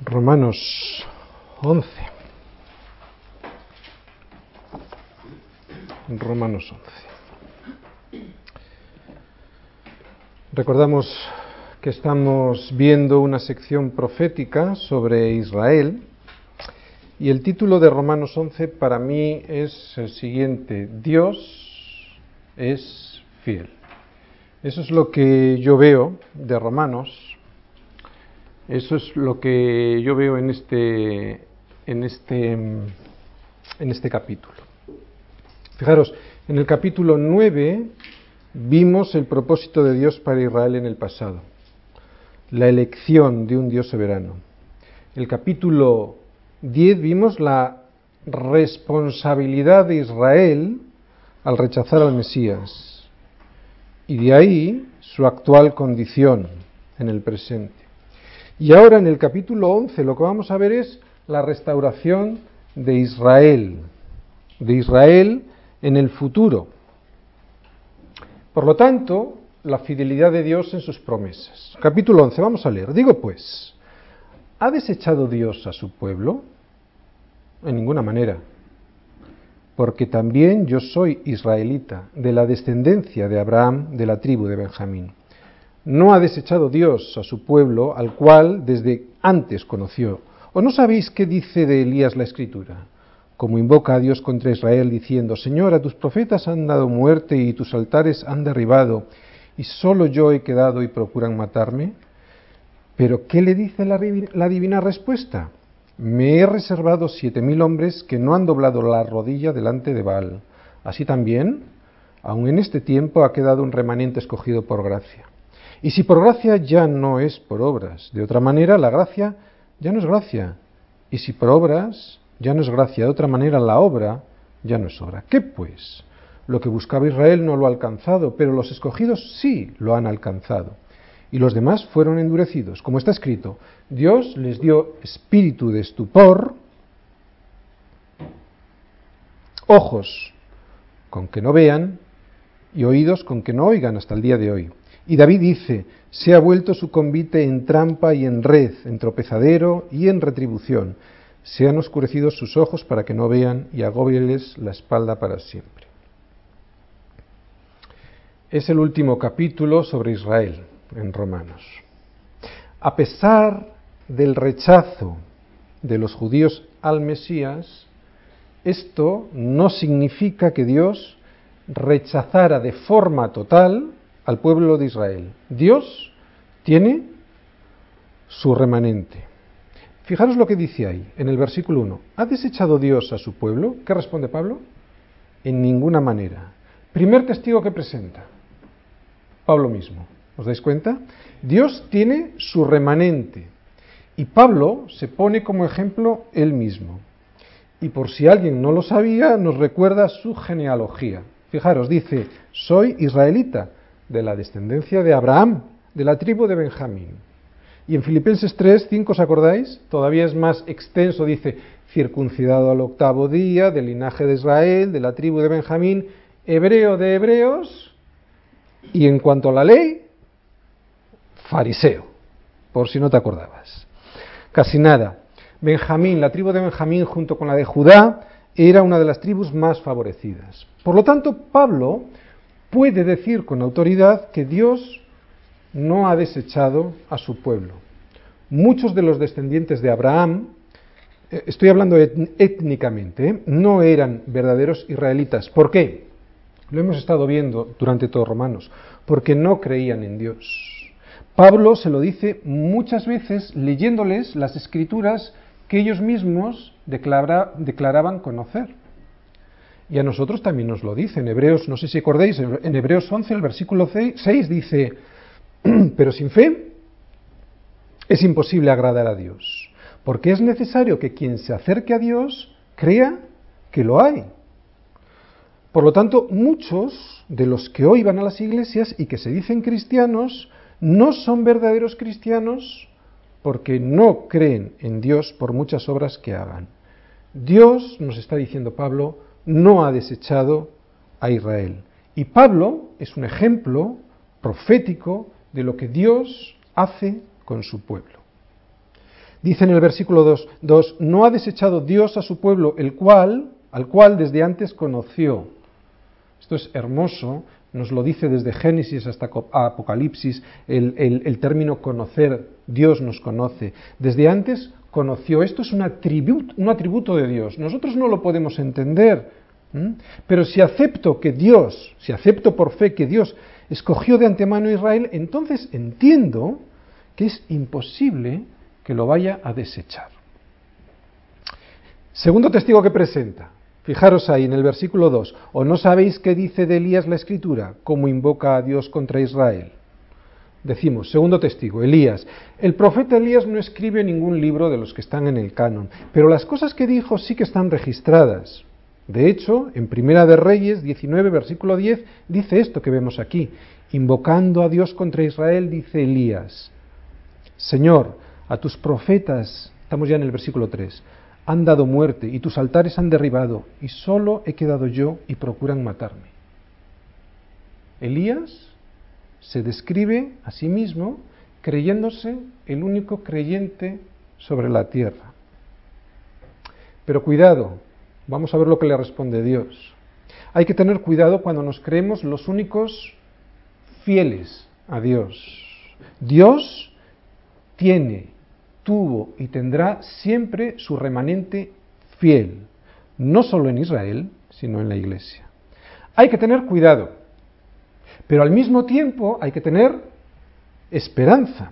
Romanos 11. Romanos 11. Recordamos que estamos viendo una sección profética sobre Israel y el título de Romanos 11 para mí es el siguiente: Dios es fiel. Eso es lo que yo veo de Romanos. Eso es lo que yo veo en este capítulo. Fijaros, en el capítulo 9 vimos el propósito de Dios para Israel en el pasado, la elección de un Dios soberano. El capítulo 10 vimos la responsabilidad de Israel al rechazar al Mesías, y de ahí su actual condición en el presente. Y ahora en el capítulo 11 lo que vamos a ver es la restauración de Israel en el futuro. Por lo tanto, la fidelidad de Dios en sus promesas. Capítulo 11, vamos a leer. Digo pues, ¿ha desechado Dios a su pueblo? En ninguna manera. Porque también yo soy israelita, de la descendencia de Abraham, de la tribu de Benjamín. No ha desechado Dios a su pueblo, al cual desde antes conoció. ¿O no sabéis qué dice de Elías la Escritura? Como invoca a Dios contra Israel, diciendo: Señor, a tus profetas han dado muerte y tus altares han derribado, y solo yo he quedado y procuran matarme. ¿Pero qué le dice la divina respuesta? Me he reservado 7,000 hombres que no han doblado la rodilla delante de Baal. Así también, aun en este tiempo ha quedado un remanente escogido por gracia. Y si por gracia, ya no es por obras. De otra manera, la gracia ya no es gracia. Y si por obras, ya no es gracia. De otra manera, la obra ya no es obra. ¿Qué pues? Lo que buscaba Israel no lo ha alcanzado, pero los escogidos sí lo han alcanzado. Y los demás fueron endurecidos. Como está escrito, Dios les dio espíritu de estupor, ojos con que no vean y oídos con que no oigan hasta el día de hoy. Y David dice: se ha vuelto su convite en trampa y en red, en tropezadero y en retribución. Se han oscurecido sus ojos para que no vean y agóbieles la espalda para siempre. Es el último capítulo sobre Israel en Romanos. A pesar del rechazo de los judíos al Mesías, esto no significa que Dios rechazara de forma total al pueblo de Israel. Dios tiene su remanente. Fijaros lo que dice ahí, en el versículo 1. ¿Ha desechado Dios a su pueblo? ¿Qué responde Pablo? En ninguna manera. Primer testigo que presenta Pablo mismo. ¿Os dais cuenta? Dios tiene su remanente. Y Pablo se pone como ejemplo él mismo. Y por si alguien no lo sabía, nos recuerda su genealogía. Fijaros, dice: soy israelita, de la descendencia de Abraham, de la tribu de Benjamín. Y en Filipenses 3:5, ¿os acordáis? Todavía es más extenso, dice: circuncidado al 8º día, del linaje de Israel, de la tribu de Benjamín, hebreo de hebreos, y en cuanto a la ley, fariseo, por si no te acordabas. Casi nada. Benjamín, la tribu de Benjamín junto con la de Judá, era una de las tribus más favorecidas. Por lo tanto, Pablo puede decir con autoridad que Dios no ha desechado a su pueblo. Muchos de los descendientes de Abraham, estoy hablando étnicamente, no eran verdaderos israelitas. ¿Por qué? Lo hemos estado viendo durante todos Romanos. Porque no creían en Dios. Pablo se lo dice muchas veces leyéndoles las escrituras que ellos mismos declaraban conocer. Y a nosotros también nos lo dice. En Hebreos, no sé si acordáis, en Hebreos 11, el versículo 6 dice: pero sin fe es imposible agradar a Dios, porque es necesario que quien se acerque a Dios crea que lo hay. Por lo tanto, muchos de los que hoy van a las iglesias y que se dicen cristianos no son verdaderos cristianos porque no creen en Dios por muchas obras que hagan. Dios, nos está diciendo Pablo, no ha desechado a Israel. Y Pablo es un ejemplo profético de lo que Dios hace con su pueblo. Dice en el versículo 2, no ha desechado Dios a su pueblo, al cual desde antes conoció. Esto es hermoso, nos lo dice desde Génesis hasta Apocalipsis, el término conocer, Dios nos conoce. Desde antes conoció, esto es un atributo de Dios, nosotros no lo podemos entender, pero si acepto por fe que Dios escogió de antemano a Israel, entonces entiendo que es imposible que lo vaya a desechar. Segundo testigo que presenta. Fijaros ahí en el versículo 2. ¿O no sabéis qué dice de Elías la Escritura? ¿Cómo invoca a Dios contra Israel? Decimos, segundo testigo, Elías. El profeta Elías no escribe ningún libro de los que están en el canon, pero las cosas que dijo sí que están registradas. De hecho, en Primera de Reyes 19, versículo 10, dice esto que vemos aquí. Invocando a Dios contra Israel, dice Elías, Señor, a tus profetas, estamos ya en el versículo 3, han dado muerte y tus altares han derribado y solo he quedado yo y procuran matarme. Elías se describe a sí mismo creyéndose el único creyente sobre la tierra. Pero cuidado, vamos a ver lo que le responde Dios. Hay que tener cuidado cuando nos creemos los únicos fieles a Dios. Dios tuvo y tendrá siempre su remanente fiel, no solo en Israel, sino en la Iglesia. Hay que tener cuidado, pero al mismo tiempo hay que tener esperanza.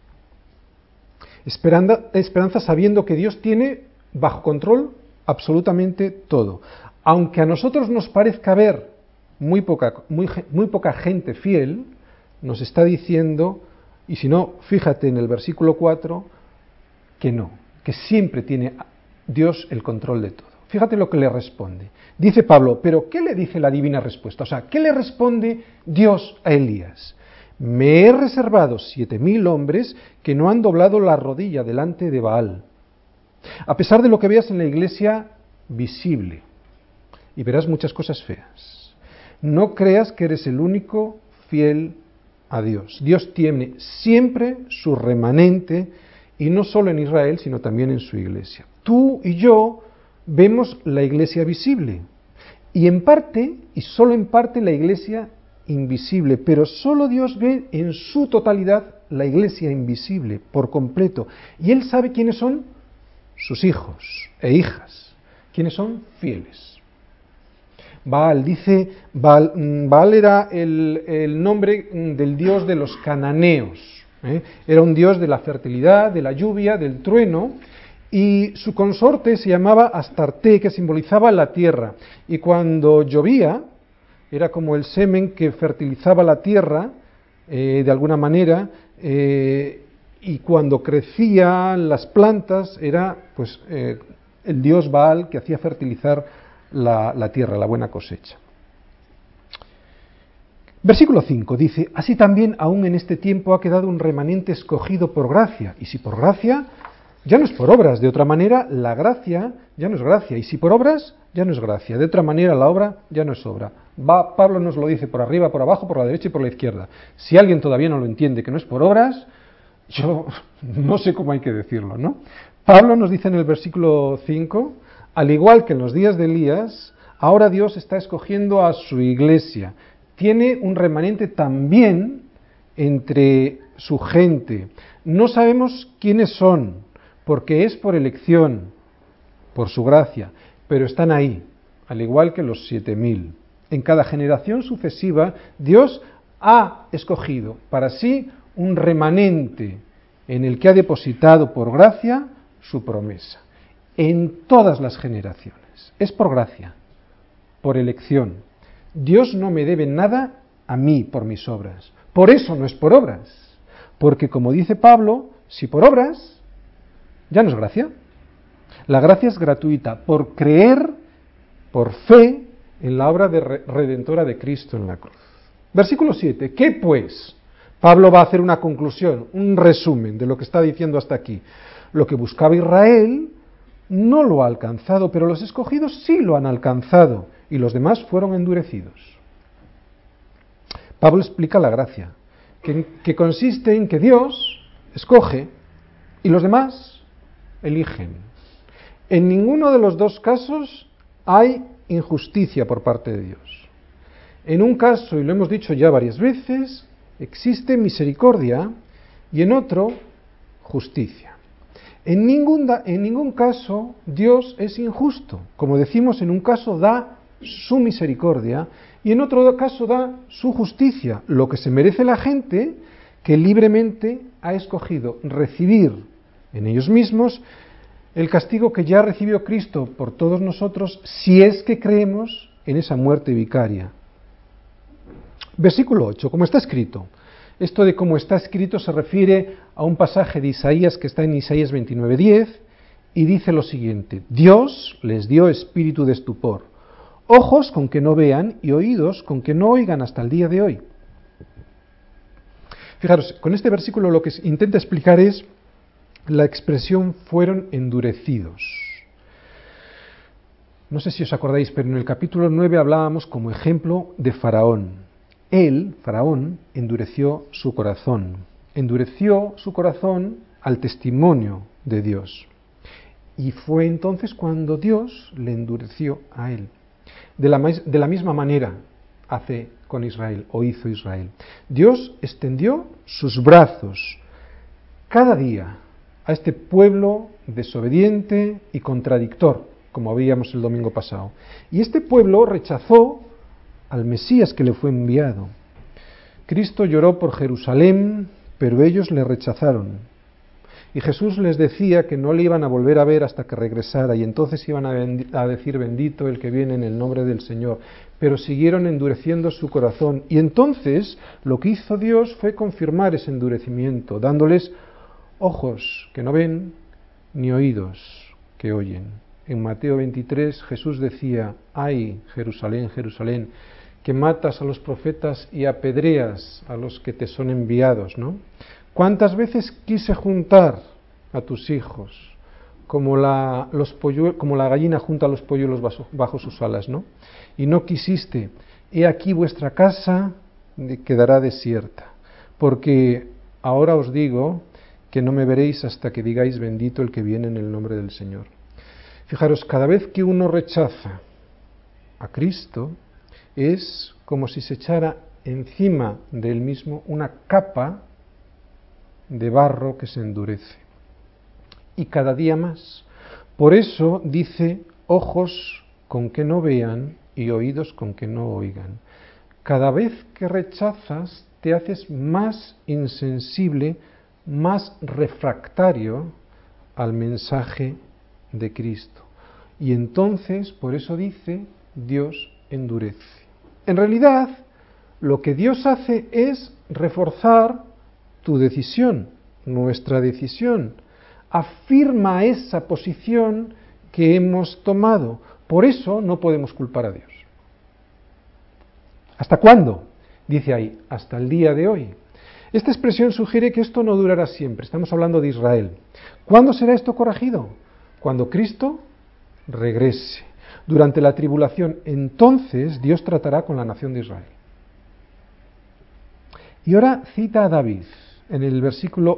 Esperanza sabiendo que Dios tiene bajo control absolutamente todo. Aunque a nosotros nos parezca haber muy poca gente fiel, nos está diciendo, y si no, fíjate en el versículo 4, que no, que siempre tiene Dios el control de todo. Fíjate lo que le responde. Dice Pablo, pero ¿qué le dice la divina respuesta? O sea, ¿qué le responde Dios a Elías? Me he reservado 7.000 hombres que no han doblado la rodilla delante de Baal. A pesar de lo que veas en la iglesia visible, y verás muchas cosas feas. No creas que eres el único fiel a Dios. Dios tiene siempre su remanente, y no solo en Israel, sino también en su iglesia. Tú y yo vemos la iglesia visible, y en parte, y solo en parte, la iglesia invisible, pero solo Dios ve en su totalidad la iglesia invisible, por completo, y Él sabe quiénes son sus hijos e hijas, quiénes son fieles. Baal era el nombre del dios de los cananeos, era un dios de la fertilidad, de la lluvia, del trueno, y su consorte se llamaba Astarte, que simbolizaba la tierra, y cuando llovía, era como el semen que fertilizaba la tierra, de alguna manera, y cuando crecían las plantas, era pues el dios Baal que hacía fertilizar la tierra, la buena cosecha. Versículo 5 dice, así también aún en este tiempo ha quedado un remanente escogido por gracia, y si por gracia, ya no es por obras, de otra manera la gracia ya no es gracia, y si por obras, ya no es gracia, de otra manera la obra ya no es obra. Pablo nos lo dice por arriba, por abajo, por la derecha y por la izquierda. Si alguien todavía no lo entiende que no es por obras, yo no sé cómo hay que decirlo, ¿no? Pablo nos dice en el versículo 5, al igual que en los días de Elías, ahora Dios está escogiendo a su iglesia. Tiene un remanente también entre su gente. No sabemos quiénes son, porque es por elección, por su gracia, pero están ahí, al igual que los 7.000. En cada generación sucesiva, Dios ha escogido para sí un remanente en el que ha depositado por gracia su promesa. En todas las generaciones. Es por gracia, por elección. Dios no me debe nada a mí por mis obras. Por eso no es por obras. Porque como dice Pablo, si por obras, ya no es gracia. La gracia es gratuita por creer, por fe, en la obra redentora de Cristo en la cruz. Versículo 7. ¿Qué pues? Pablo va a hacer una conclusión, un resumen de lo que está diciendo hasta aquí. Lo que buscaba Israel no lo ha alcanzado, pero los escogidos sí lo han alcanzado, y los demás fueron endurecidos. Pablo explica la gracia, que consiste en que Dios escoge, y los demás eligen. En ninguno de los dos casos hay injusticia por parte de Dios. En un caso, y lo hemos dicho ya varias veces, existe misericordia y en otro, justicia. En ningún caso Dios es injusto. Como decimos, en un caso da su misericordia y en otro caso da su justicia, lo que se merece la gente que libremente ha escogido recibir en ellos mismos el castigo que ya recibió Cristo por todos nosotros, si es que creemos en esa muerte vicaria. Versículo 8, como está escrito. Esto de cómo está escrito se refiere a un pasaje de Isaías que está en Isaías 29:10 y dice lo siguiente: Dios les dio espíritu de estupor, ojos con que no vean y oídos con que no oigan hasta el día de hoy. Fijaros, con este versículo lo que intenta explicar es la expresión fueron endurecidos. No sé si os acordáis, pero en el capítulo 9 hablábamos como ejemplo de Faraón. Él, Faraón, endureció su corazón al testimonio de Dios. Y fue entonces cuando Dios le endureció a él. De la misma manera hace con Israel, o hizo Israel. Dios extendió sus brazos cada día a este pueblo desobediente y contradictor, como veíamos el domingo pasado. Y este pueblo rechazó al Mesías que le fue enviado. Cristo lloró por Jerusalén, pero ellos le rechazaron. Y Jesús les decía que no le iban a volver a ver hasta que regresara, y entonces iban a decir bendito el que viene en el nombre del Señor. Pero siguieron endureciendo su corazón. Y entonces lo que hizo Dios fue confirmar ese endurecimiento, dándoles ojos que no ven, ni oídos que oyen. En Mateo 23 Jesús decía: ¡ay, Jerusalén, Jerusalén, que matas a los profetas y apedreas a los que te son enviados, ¿no? ¿Cuántas veces quise juntar a tus hijos como la gallina junta a los polluelos bajo sus alas, ¿no? Y no quisiste. He aquí vuestra casa quedará desierta, porque ahora os digo que no me veréis hasta que digáis bendito el que viene en el nombre del Señor. Fijaros, cada vez que uno rechaza a Cristo, es como si se echara encima de él mismo una capa de barro que se endurece. Y cada día más. Por eso dice: ojos con que no vean y oídos con que no oigan. Cada vez que rechazas, te haces más insensible, más refractario al mensaje de Cristo. Y entonces, por eso dice, Dios endurece. En realidad, lo que Dios hace es reforzar tu decisión, nuestra decisión. Afirma esa posición que hemos tomado. Por eso no podemos culpar a Dios. ¿Hasta cuándo? Dice ahí, hasta el día de hoy. Esta expresión sugiere que esto no durará siempre. Estamos hablando de Israel. ¿Cuándo será esto corregido? Cuando Cristo regrese. Durante la tribulación, entonces Dios tratará con la nación de Israel. Y ahora cita a David en el versículo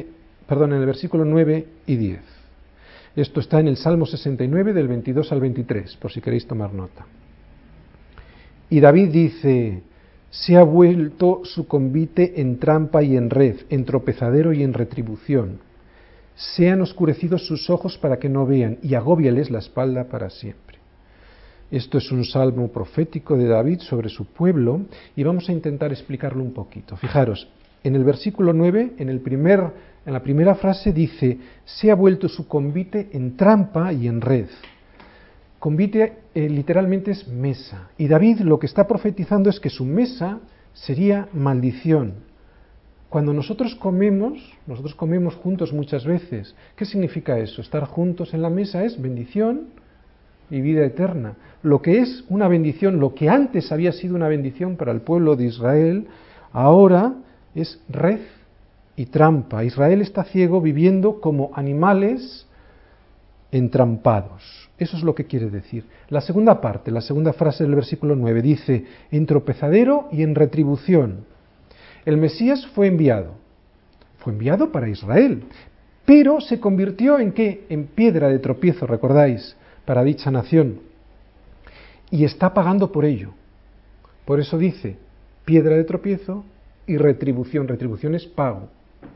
9 y 10. Esto está en el Salmo 69 del 22 al 23, por si queréis tomar nota. Y David dice: se ha vuelto su convite en trampa y en red, en tropezadero y en retribución. Se han oscurecido sus ojos para que no vean, y agóbiales la espalda para siempre. Esto es un salmo profético de David sobre su pueblo, y vamos a intentar explicarlo un poquito. Fijaros, en el versículo 9, en la primera frase dice: se ha vuelto su convite en trampa y en red. Convite literalmente es mesa, y David lo que está profetizando es que su mesa sería maldición. Cuando nosotros comemos juntos muchas veces. ¿Qué significa eso? Estar juntos en la mesa es bendición y vida eterna. Lo que es una bendición, lo que antes había sido una bendición para el pueblo de Israel, ahora es red y trampa. Israel está ciego viviendo como animales entrampados. Eso es lo que quiere decir. La segunda parte, la segunda frase del versículo 9 dice: en tropezadero y en retribución. El Mesías fue enviado para Israel, pero se convirtió en ¿qué? En piedra de tropiezo, ¿recordáis? Para dicha nación. Y está pagando por ello. Por eso dice, piedra de tropiezo y retribución. Retribución es pago.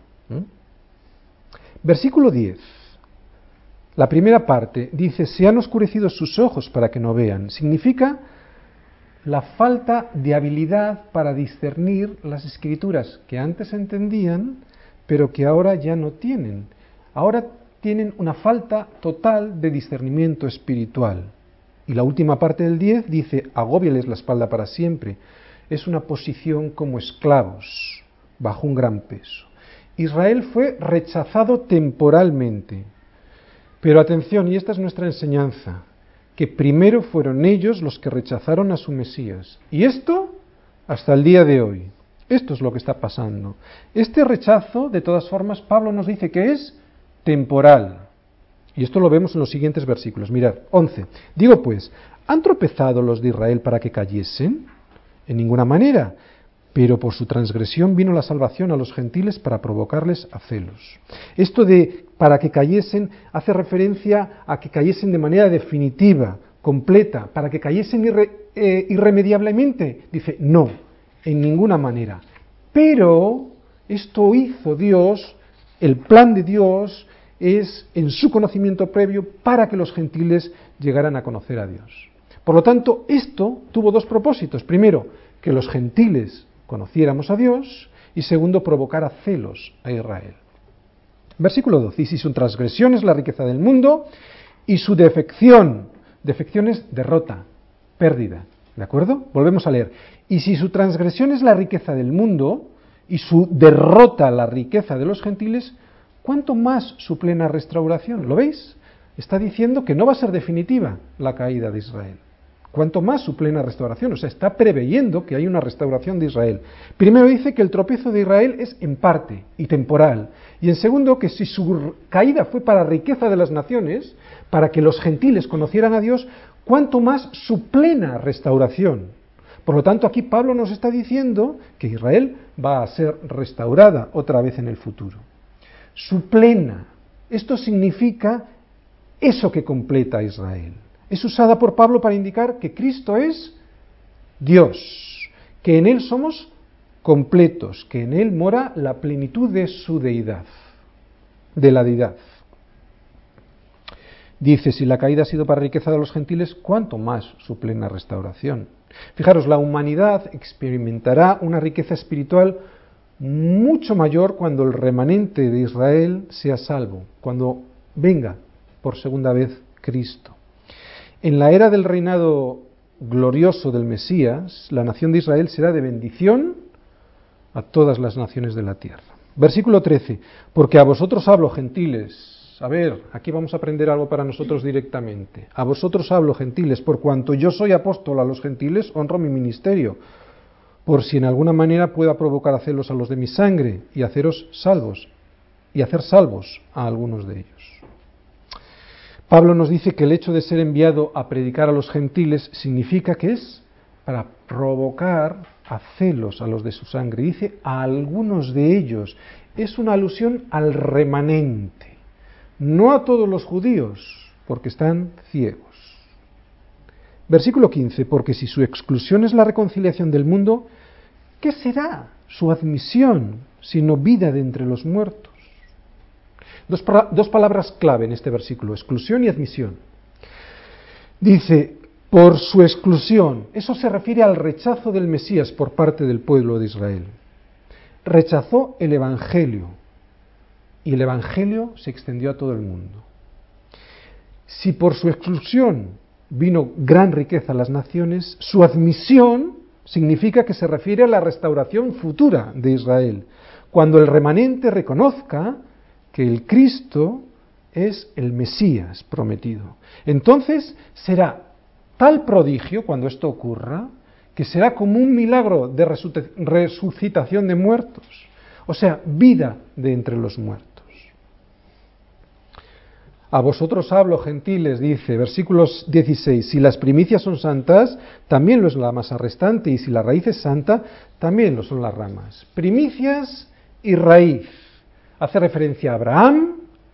Versículo 10. La primera parte dice, se han oscurecido sus ojos para que no vean. Significa la falta de habilidad para discernir las escrituras que antes entendían, pero que ahora ya no tienen. Ahora tienen una falta total de discernimiento espiritual. Y la última parte del 10 dice, agóbiales la espalda para siempre. Es una posición como esclavos, bajo un gran peso. Israel fue rechazado temporalmente. Pero atención, y esta es nuestra enseñanza, que primero fueron ellos los que rechazaron a su Mesías. Y esto hasta el día de hoy. Esto es lo que está pasando. Este rechazo, de todas formas, Pablo nos dice que es temporal. Y esto lo vemos en los siguientes versículos. Mirad, 11. Digo pues, ¿han tropezado los de Israel para que cayesen? En ninguna manera. Pero por su transgresión vino la salvación a los gentiles para provocarles a celos. Esto de para que cayesen hace referencia a que cayesen de manera definitiva, completa, para que cayesen irremediablemente. Dice, no, en ninguna manera. Pero esto hizo Dios, el plan de Dios es en su conocimiento previo para que los gentiles llegaran a conocer a Dios. Por lo tanto, esto tuvo dos propósitos. Primero, que los gentiles conociéramos a Dios, y segundo, provocar a celos a Israel. Versículo 12, y si su transgresión es la riqueza del mundo, y su defección es derrota, pérdida, ¿de acuerdo? Volvemos a leer, y si su transgresión es la riqueza del mundo, y su derrota la riqueza de los gentiles, ¿cuánto más su plena restauración? ¿Lo veis? Está diciendo que no va a ser definitiva la caída de Israel. Cuanto más su plena restauración, o sea, está preveyendo que hay una restauración de Israel. Primero dice que el tropiezo de Israel es en parte y temporal. Y en segundo, que si su caída fue para riqueza de las naciones, para que los gentiles conocieran a Dios, cuanto más su plena restauración. Por lo tanto, aquí Pablo nos está diciendo que Israel va a ser restaurada otra vez en el futuro. Su plena. Esto significa eso que completa a Israel. Es usada por Pablo para indicar que Cristo es Dios, que en Él somos completos, que en Él mora la plenitud de su deidad, de la deidad. Dice, si la caída ha sido para riqueza de los gentiles, ¿cuánto más su plena restauración? Fijaros, la humanidad experimentará una riqueza espiritual mucho mayor cuando el remanente de Israel sea salvo, cuando venga por segunda vez Cristo. En la era del reinado glorioso del Mesías, la nación de Israel será de bendición a todas las naciones de la tierra. Versículo 13, porque a vosotros hablo, gentiles. A ver, aquí vamos a aprender algo para nosotros directamente. A vosotros hablo, gentiles, por cuanto yo soy apóstol a los gentiles, honro mi ministerio, por si en alguna manera pueda provocar a celos a los de mi sangre y haceros salvos, y hacer salvos a algunos de ellos. Pablo nos dice que el hecho de ser enviado a predicar a los gentiles significa que es para provocar a celos a los de su sangre. Dice a algunos de ellos. Es una alusión al remanente, no a todos los judíos, porque están ciegos. Versículo 15, porque si su exclusión es la reconciliación del mundo, ¿qué será su admisión sino vida de entre los muertos? Dos palabras clave en este versículo, exclusión y admisión. Dice, por su exclusión, eso se refiere al rechazo del Mesías por parte del pueblo de Israel. Rechazó el Evangelio, y el Evangelio se extendió a todo el mundo. Si por su exclusión vino gran riqueza a las naciones, su admisión significa que se refiere a la restauración futura de Israel, cuando el remanente reconozca que el Cristo es el Mesías prometido. Entonces será tal prodigio cuando esto ocurra, que será como un milagro de resucitación de muertos, o sea, vida de entre los muertos. A vosotros hablo, gentiles, dice, versículos 16, si las primicias son santas, también lo es la masa restante, y si la raíz es santa, también lo son las ramas. Primicias y raíz. Hace referencia a Abraham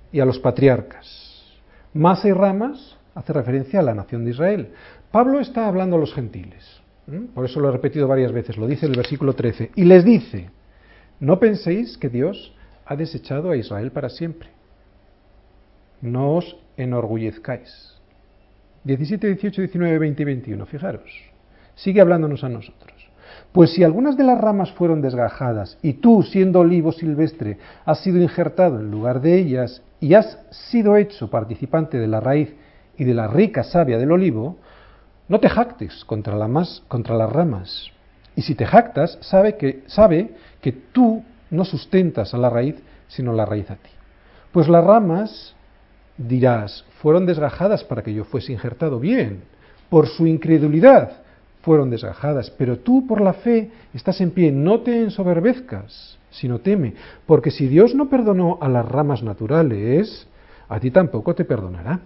y a los patriarcas. Más hay ramas hace referencia a la nación de Israel. Pablo está hablando a los gentiles. Por eso lo he repetido varias veces, lo dice en el versículo 13. Y les dice, no penséis que Dios ha desechado a Israel para siempre. No os enorgullezcáis. 17, 18, 19, 20 y 21, fijaros. Sigue hablándonos a nosotros. Pues si algunas de las ramas fueron desgajadas, y tú, siendo olivo silvestre, has sido injertado en lugar de ellas, y has sido hecho participante de la raíz y de la rica savia del olivo, no te jactes contra las ramas. Y si te jactas, sabe que tú no sustentas a la raíz, sino la raíz a ti. Pues las ramas, dirás, fueron desgajadas para que yo fuese injertado. Bien, por su incredulidad fueron desgajadas, pero tú por la fe estás en pie. No te ensoberbezcas, sino teme, porque si Dios no perdonó a las ramas naturales, a ti tampoco te perdonará.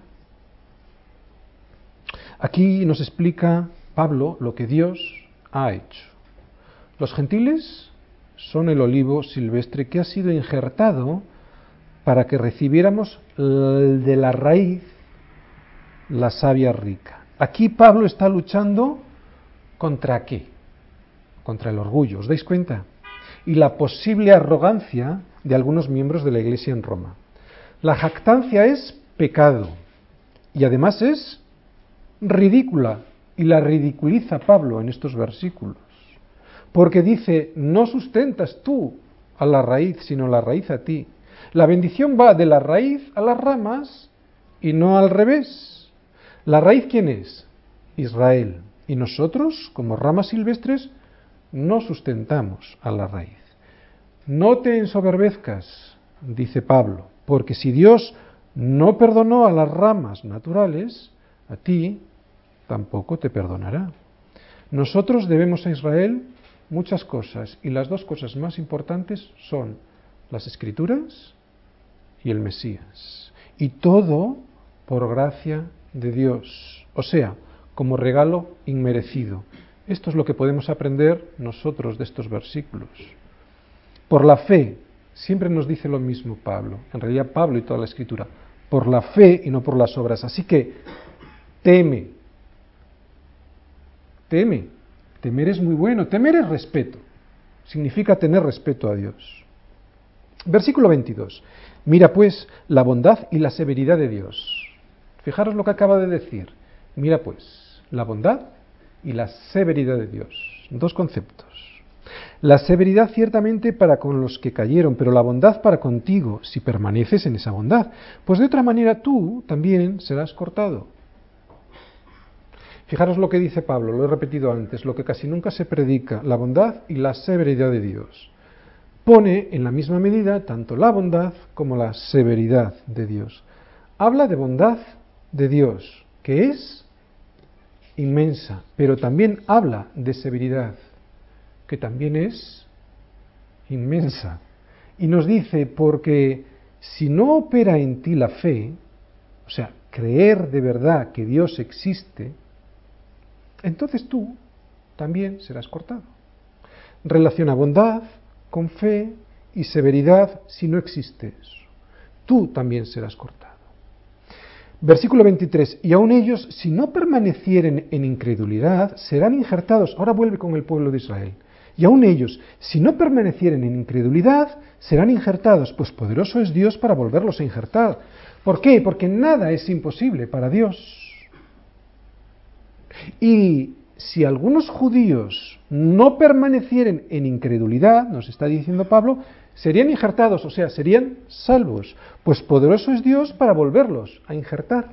Aquí nos explica Pablo lo que Dios ha hecho. Los gentiles son el olivo silvestre que ha sido injertado para que recibiéramos de la raíz la savia rica. Aquí Pablo está luchando ¿contra qué? Contra el orgullo, ¿os dais cuenta? Y la posible arrogancia de algunos miembros de la Iglesia en Roma. La jactancia es pecado y además es ridícula, y la ridiculiza Pablo en estos versículos, porque dice, no sustentas tú a la raíz, sino la raíz a ti. La bendición va de la raíz a las ramas y no al revés. ¿La raíz quién es? Israel. Y nosotros, como ramas silvestres, no sustentamos a la raíz. No te ensoberbezcas, dice Pablo, porque si Dios no perdonó a las ramas naturales, a ti tampoco te perdonará. Nosotros debemos a Israel muchas cosas, y las dos cosas más importantes son las Escrituras y el Mesías. Y todo por gracia de Dios, o sea, como regalo inmerecido. Esto es lo que podemos aprender nosotros de estos versículos. Por la fe, siempre nos dice lo mismo Pablo, en realidad Pablo y toda la Escritura, por la fe y no por las obras. Así que teme. Temer es muy bueno, temer es respeto, significa tener respeto a Dios. Versículo 22, mira pues la bondad y la severidad de Dios. Fijaros lo que acaba de decir, mira pues la bondad y la severidad de Dios, dos conceptos. La severidad ciertamente para con los que cayeron, pero la bondad para contigo, si permaneces en esa bondad, pues de otra manera tú también serás cortado. Fijaros lo que dice Pablo, lo he repetido antes, lo que casi nunca se predica, la bondad y la severidad de Dios. Pone en la misma medida tanto la bondad como la severidad de Dios. Habla de bondad de Dios, que es inmensa, pero también habla de severidad, que también es inmensa. Y nos dice, porque si no opera en ti la fe, o sea, creer de verdad que Dios existe, entonces tú también serás cortado. Relaciona bondad con fe y severidad si no existe eso. Tú también serás cortado. Versículo 23, y aun ellos, si no permanecieren en incredulidad, serán injertados. Ahora vuelve con el pueblo de Israel. Y aun ellos, si no permanecieren en incredulidad, serán injertados, pues poderoso es Dios para volverlos a injertar. ¿Por qué? Porque nada es imposible para Dios. Y si algunos judíos no permanecieren en incredulidad, nos está diciendo Pablo, serían injertados, o sea, serían salvos, pues poderoso es Dios para volverlos a injertar.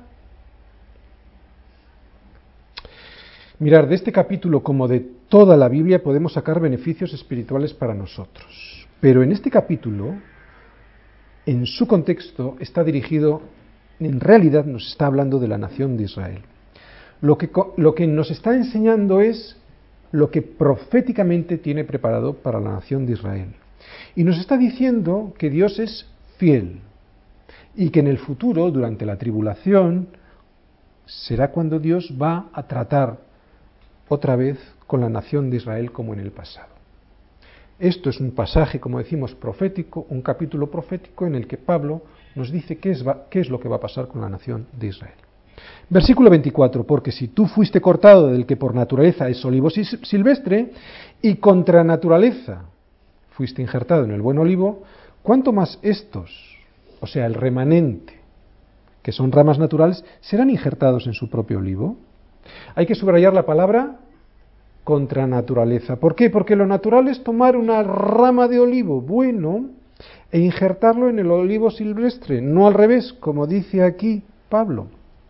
Mirad, de este capítulo, como de toda la Biblia, podemos sacar beneficios espirituales para nosotros. Pero en este capítulo, en su contexto, está dirigido, en realidad nos está hablando de la nación de Israel. Lo que nos está enseñando es lo que proféticamente tiene preparado para la nación de Israel. Y nos está diciendo que Dios es fiel y que en el futuro, durante la tribulación, será cuando Dios va a tratar otra vez con la nación de Israel como en el pasado. Esto es un pasaje, como decimos, profético, un capítulo profético en el que Pablo nos dice qué es lo que va a pasar con la nación de Israel. Versículo 24, porque si tú fuiste cortado del que por naturaleza es olivo silvestre, y contra naturaleza fuiste injertado en el buen olivo, ¿cuánto más estos, o sea, el remanente, que son ramas naturales, serán injertados en su propio olivo? Hay que subrayar la palabra contra naturaleza. ¿Por qué? Porque lo natural es tomar una rama de olivo bueno e injertarlo en el olivo silvestre, no al revés, como dice aquí Pablo.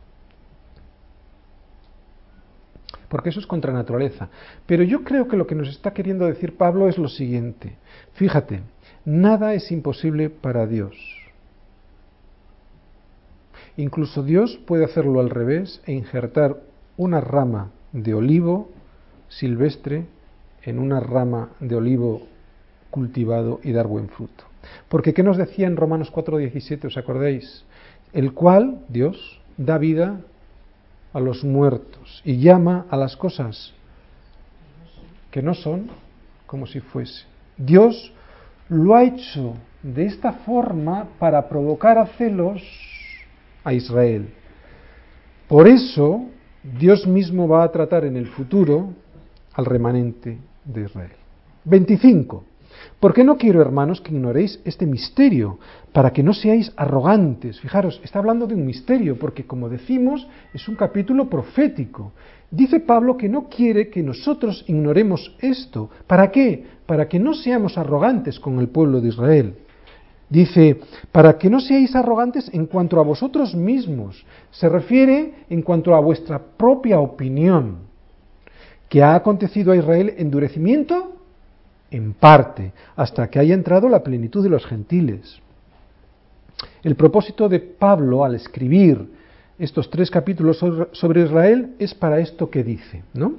Porque eso es contra naturaleza. Pero yo creo que lo que nos está queriendo decir Pablo es lo siguiente. Fíjate, nada es imposible para Dios. Incluso Dios puede hacerlo al revés e injertar una rama de olivo silvestre en una rama de olivo cultivado y dar buen fruto. Porque ¿qué nos decía en Romanos 4:17? ¿Os acordáis? El cual, Dios, da vida a los muertos y llama a las cosas que no son como si fuese. Dios lo ha hecho de esta forma para provocar a celos a Israel. Por eso, Dios mismo va a tratar en el futuro al remanente de Israel. 25. ¿Por qué no quiero, hermanos, que ignoréis este misterio, para que no seáis arrogantes? Fijaros, está hablando de un misterio, porque como decimos, es un capítulo profético. Dice Pablo que no quiere que nosotros ignoremos esto. ¿Para qué? Para que no seamos arrogantes con el pueblo de Israel. Dice, para que no seáis arrogantes en cuanto a vosotros mismos. Se refiere en cuanto a vuestra propia opinión. ¿Qué ha acontecido a Israel? Endurecimiento en parte, hasta que haya entrado la plenitud de los gentiles. El propósito de Pablo al escribir estos 3 capítulos sobre Israel es para esto que dice, ¿no?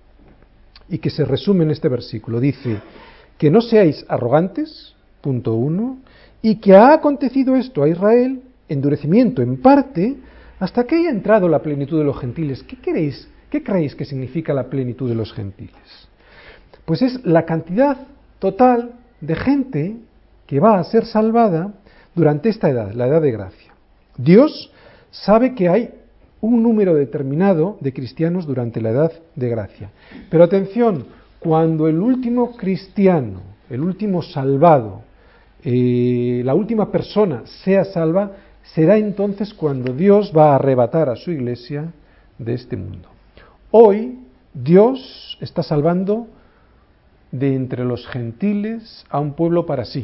Y que se resume en este versículo. Dice, que no seáis arrogantes, punto 1, y que ha acontecido esto a Israel, endurecimiento en parte, hasta que haya entrado la plenitud de los gentiles. ¿Qué creéis que significa la plenitud de los gentiles? Pues es la cantidad total de gente que va a ser salvada durante esta edad, la edad de gracia. Dios sabe que hay un número determinado de cristianos durante la edad de gracia. Pero atención, cuando el último cristiano, el último salvado, la última persona sea salva, será entonces cuando Dios va a arrebatar a su iglesia de este mundo. Hoy Dios está salvando de entre los gentiles a un pueblo para sí.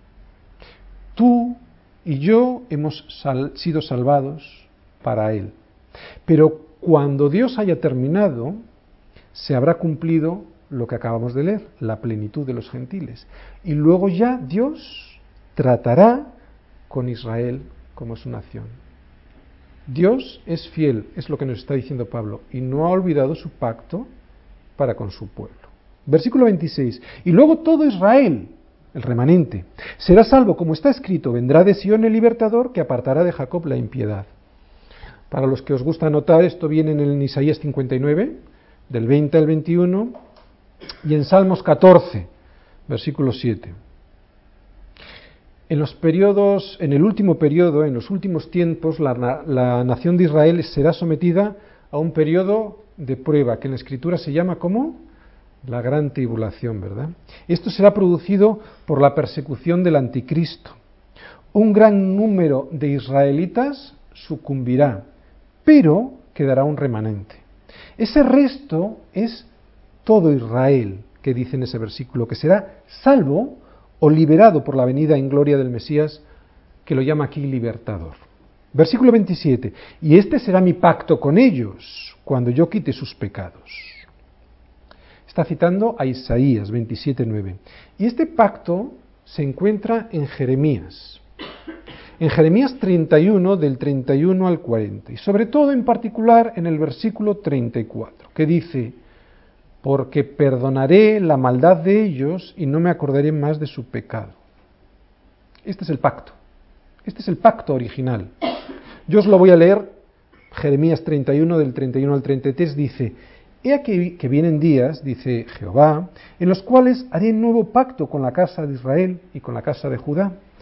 Tú y yo hemos sido salvados para Él. Pero cuando Dios haya terminado, se habrá cumplido lo que acabamos de leer, la plenitud de los gentiles. Y luego ya Dios tratará con Israel como su nación. Dios es fiel, es lo que nos está diciendo Pablo, y no ha olvidado su pacto para con su pueblo. Versículo 26. Y luego todo Israel, el remanente, será salvo, como está escrito, vendrá de Sion el libertador que apartará de Jacob la impiedad. Para los que os gusta anotar, esto viene en Isaías 59, del 20 al 21, y en Salmos 14, versículo 7. En el último periodo, en los últimos tiempos, la nación de Israel será sometida a un periodo de prueba, que en la Escritura se llama ¿cómo? La gran tribulación, ¿verdad? Esto será producido por la persecución del anticristo. Un gran número de israelitas sucumbirá, pero quedará un remanente. Ese resto es todo Israel, que dice en ese versículo, que será salvo o liberado por la venida en gloria del Mesías, que lo llama aquí libertador. Versículo 27. Y este será mi pacto con ellos, cuando yo quite sus pecados. Está citando a Isaías 27:9. Y este pacto se encuentra en Jeremías. En Jeremías 31, del 31 al 40. Y sobre todo, en particular, en el versículo 34, que dice, porque perdonaré la maldad de ellos y no me acordaré más de su pecado. Este es el pacto. Este es el pacto original. Yo os lo voy a leer. Jeremías 31, del 31 al 33, dice, he aquí que vienen días, dice Jehová, en los cuales haré nuevo pacto con la casa de Israel y con la casa de Judá.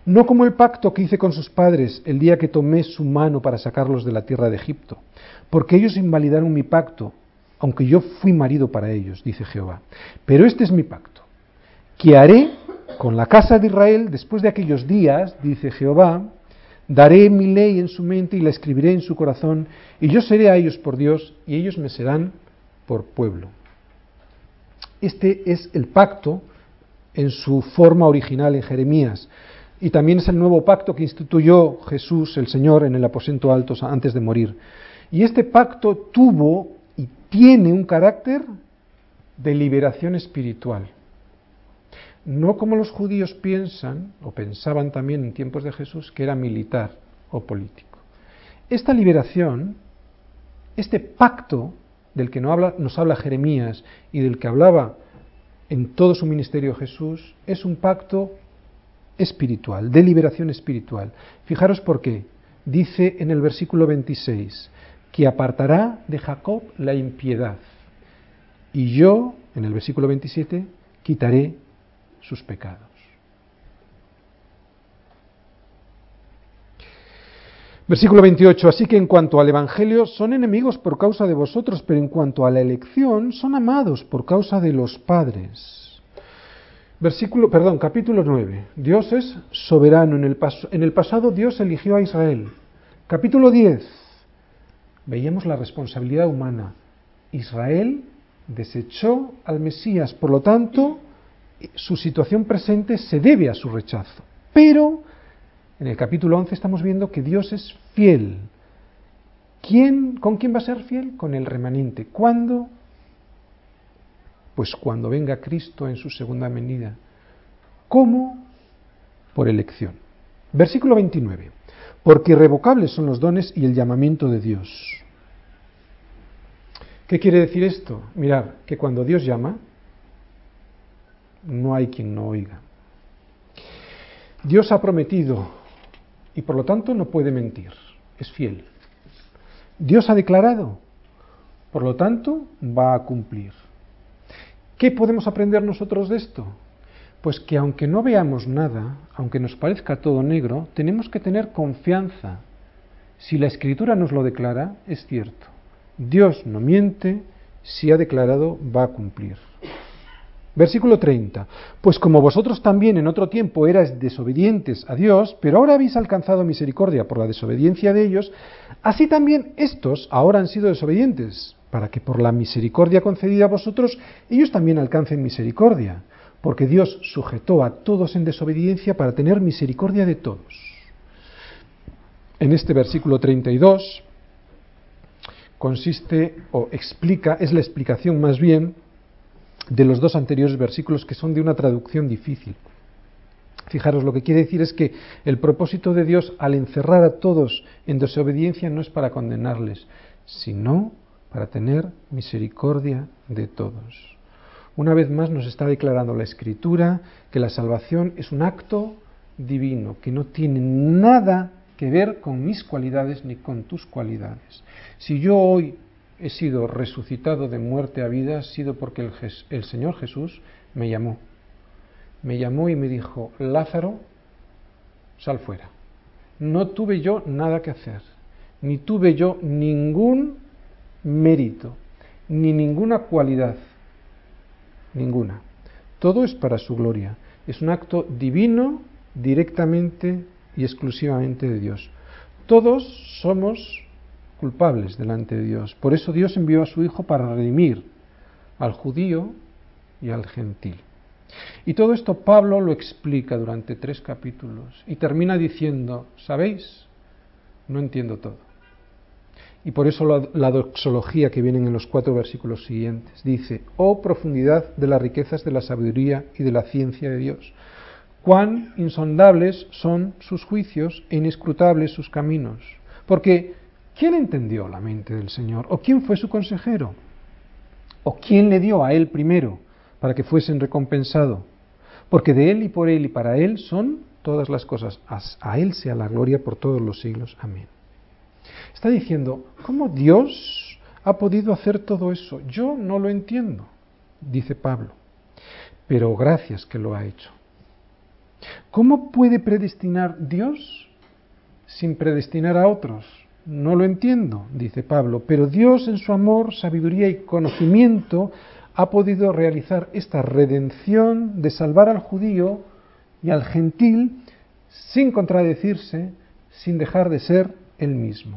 no como el pacto que hice con sus padres el día que tomé su mano para sacarlos de la tierra de Egipto, porque ellos invalidaron mi pacto, aunque yo fui marido para ellos, dice Jehová. Pero este es mi pacto, que haré con la casa de Israel después de aquellos días, dice Jehová. Daré mi ley en su mente y la escribiré en su corazón, y yo seré a ellos por Dios, y ellos me serán por pueblo. Este es el pacto en su forma original en Jeremías, y también es el nuevo pacto que instituyó Jesús, el Señor, en el aposento alto antes de morir. Y este pacto tuvo y tiene un carácter de liberación espiritual. No como los judíos piensan, o pensaban también en tiempos de Jesús, que era militar o político. Esta liberación, este pacto del que nos habla Jeremías y del que hablaba en todo su ministerio Jesús, es un pacto espiritual, de liberación espiritual. Fijaros por qué. Dice en el versículo 26, que apartará de Jacob la impiedad. Y yo, en el versículo 27, quitaré sus pecados. Versículo 28, así que en cuanto al Evangelio son enemigos por causa de vosotros, pero en cuanto a la elección son amados por causa de los padres. Capítulo 9, Dios es soberano. En el pasado Dios eligió a Israel. Capítulo 10, veíamos la responsabilidad humana. Israel desechó al Mesías, por lo tanto, su situación presente se debe a su rechazo. Pero en el capítulo 11 estamos viendo que Dios es fiel. ¿Con quién va a ser fiel? Con el remanente. ¿Cuándo? Pues cuando venga Cristo en su segunda venida. ¿Cómo? Por elección. Versículo 29. Porque irrevocables son los dones y el llamamiento de Dios. ¿Qué quiere decir esto? Mirad, que cuando Dios llama, no hay quien no oiga. Dios ha prometido y por lo tanto no puede mentir, es fiel. Dios ha declarado, por lo tanto va a cumplir. ¿Qué podemos aprender nosotros de esto? Pues que aunque no veamos nada, aunque nos parezca todo negro, tenemos que tener confianza. Si la Escritura nos lo declara, es cierto. Dios no miente, si ha declarado, va a cumplir. Versículo 30. Pues como vosotros también en otro tiempo erais desobedientes a Dios, pero ahora habéis alcanzado misericordia por la desobediencia de ellos, así también estos ahora han sido desobedientes, para que por la misericordia concedida a vosotros, ellos también alcancen misericordia, porque Dios sujetó a todos en desobediencia para tener misericordia de todos. En este versículo 32 consiste o explica, es la explicación más bien de los dos anteriores versículos, que son de una traducción difícil. Fijaros, lo que quiere decir es que el propósito de Dios al encerrar a todos en desobediencia no es para condenarles, sino para tener misericordia de todos. Una vez más nos está declarando la Escritura que la salvación es un acto divino, que no tiene nada que ver con mis cualidades ni con tus cualidades. Si yo hoy he sido resucitado de muerte a vida, ha sido porque el Señor Jesús me llamó. Me llamó y me dijo, Lázaro, sal fuera. No tuve yo nada que hacer, ni tuve yo ningún mérito, ni ninguna cualidad, ninguna. Todo es para su gloria. Es un acto divino, directamente y exclusivamente de Dios. Todos somos culpables delante de Dios. Por eso Dios envió a su Hijo para redimir al judío y al gentil. Y todo esto Pablo lo explica durante 3 capítulos y termina diciendo, ¿sabéis? No entiendo todo. Y por eso la doxología que viene en los 4 versículos siguientes dice, oh profundidad de las riquezas de la sabiduría y de la ciencia de Dios, cuán insondables son sus juicios e inescrutables sus caminos. Porque ¿quién entendió la mente del Señor? ¿O quién fue su consejero? ¿O quién le dio a él primero para que fuesen recompensado? Porque de él y por él y para él son todas las cosas. A él sea la gloria por todos los siglos. Amén. Está diciendo, ¿cómo Dios ha podido hacer todo eso? Yo no lo entiendo, dice Pablo, pero gracias que lo ha hecho. ¿Cómo puede predestinar Dios sin predestinar a otros? No lo entiendo, dice Pablo, pero Dios en su amor, sabiduría y conocimiento ha podido realizar esta redención de salvar al judío y al gentil sin contradecirse, sin dejar de ser él mismo.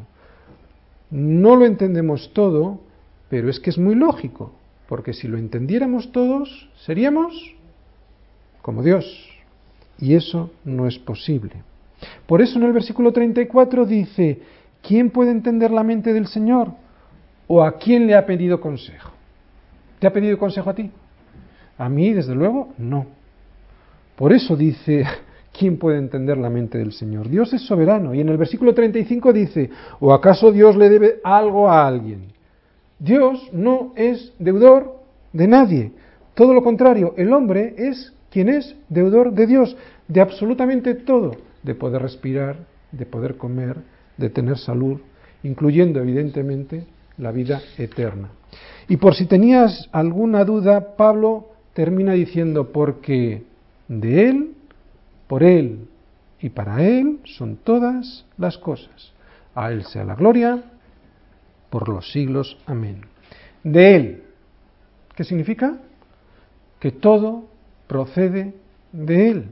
No lo entendemos todo, pero es que es muy lógico, porque si lo entendiéramos todos, seríamos como Dios, y eso no es posible. Por eso en el versículo 34 dice, ¿quién puede entender la mente del Señor? ¿O a quién le ha pedido consejo? ¿Te ha pedido consejo a ti? A mí, desde luego, no. Por eso dice, ¿quién puede entender la mente del Señor? Dios es soberano. Y en el versículo 35 dice, ¿o acaso Dios le debe algo a alguien? Dios no es deudor de nadie. Todo lo contrario, el hombre es quien es deudor de Dios, de absolutamente todo, de poder respirar, de poder comer, de tener salud, incluyendo evidentemente la vida eterna. Y por si tenías alguna duda, Pablo termina diciendo, porque de Él, por Él y para Él son todas las cosas. A Él sea la gloria por los siglos. Amén. De Él. ¿Qué significa? Que todo procede de Él.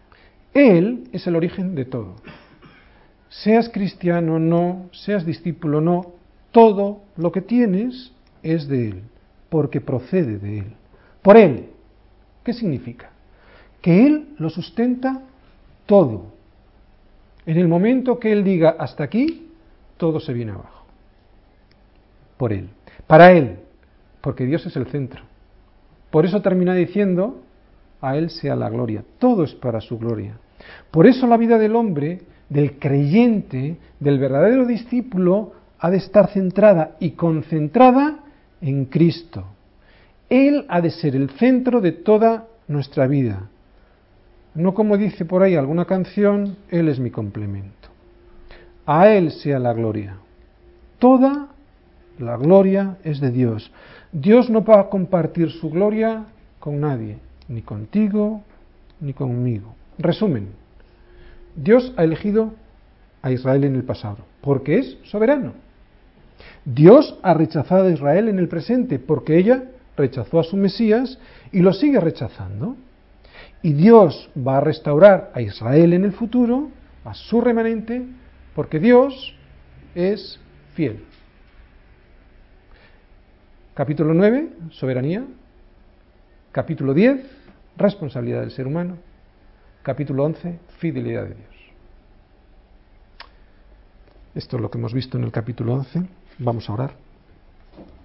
Él es el origen de todo. Seas cristiano o no, seas discípulo o no, todo lo que tienes es de Él, porque procede de Él. Por Él. ¿Qué significa? Que Él lo sustenta todo. En el momento que Él diga hasta aquí, todo se viene abajo. Por Él. Para Él. Porque Dios es el centro. Por eso termina diciendo, a Él sea la gloria. Todo es para su gloria. Por eso la vida del hombre, del creyente, del verdadero discípulo, ha de estar centrada y concentrada en Cristo. Él ha de ser el centro de toda nuestra vida. No como dice por ahí alguna canción, Él es mi complemento. A Él sea la gloria. Toda la gloria es de Dios. Dios no va a compartir su gloria con nadie, ni contigo, ni conmigo. Resumen, Dios ha elegido a Israel en el pasado, porque es soberano. Dios ha rechazado a Israel en el presente, porque ella rechazó a su Mesías y lo sigue rechazando. Y Dios va a restaurar a Israel en el futuro, a su remanente, porque Dios es fiel. Capítulo 9, soberanía. Capítulo 10, responsabilidad del ser humano. Capítulo 11, fidelidad de Dios. Esto es lo que hemos visto en el capítulo 11. Vamos a orar.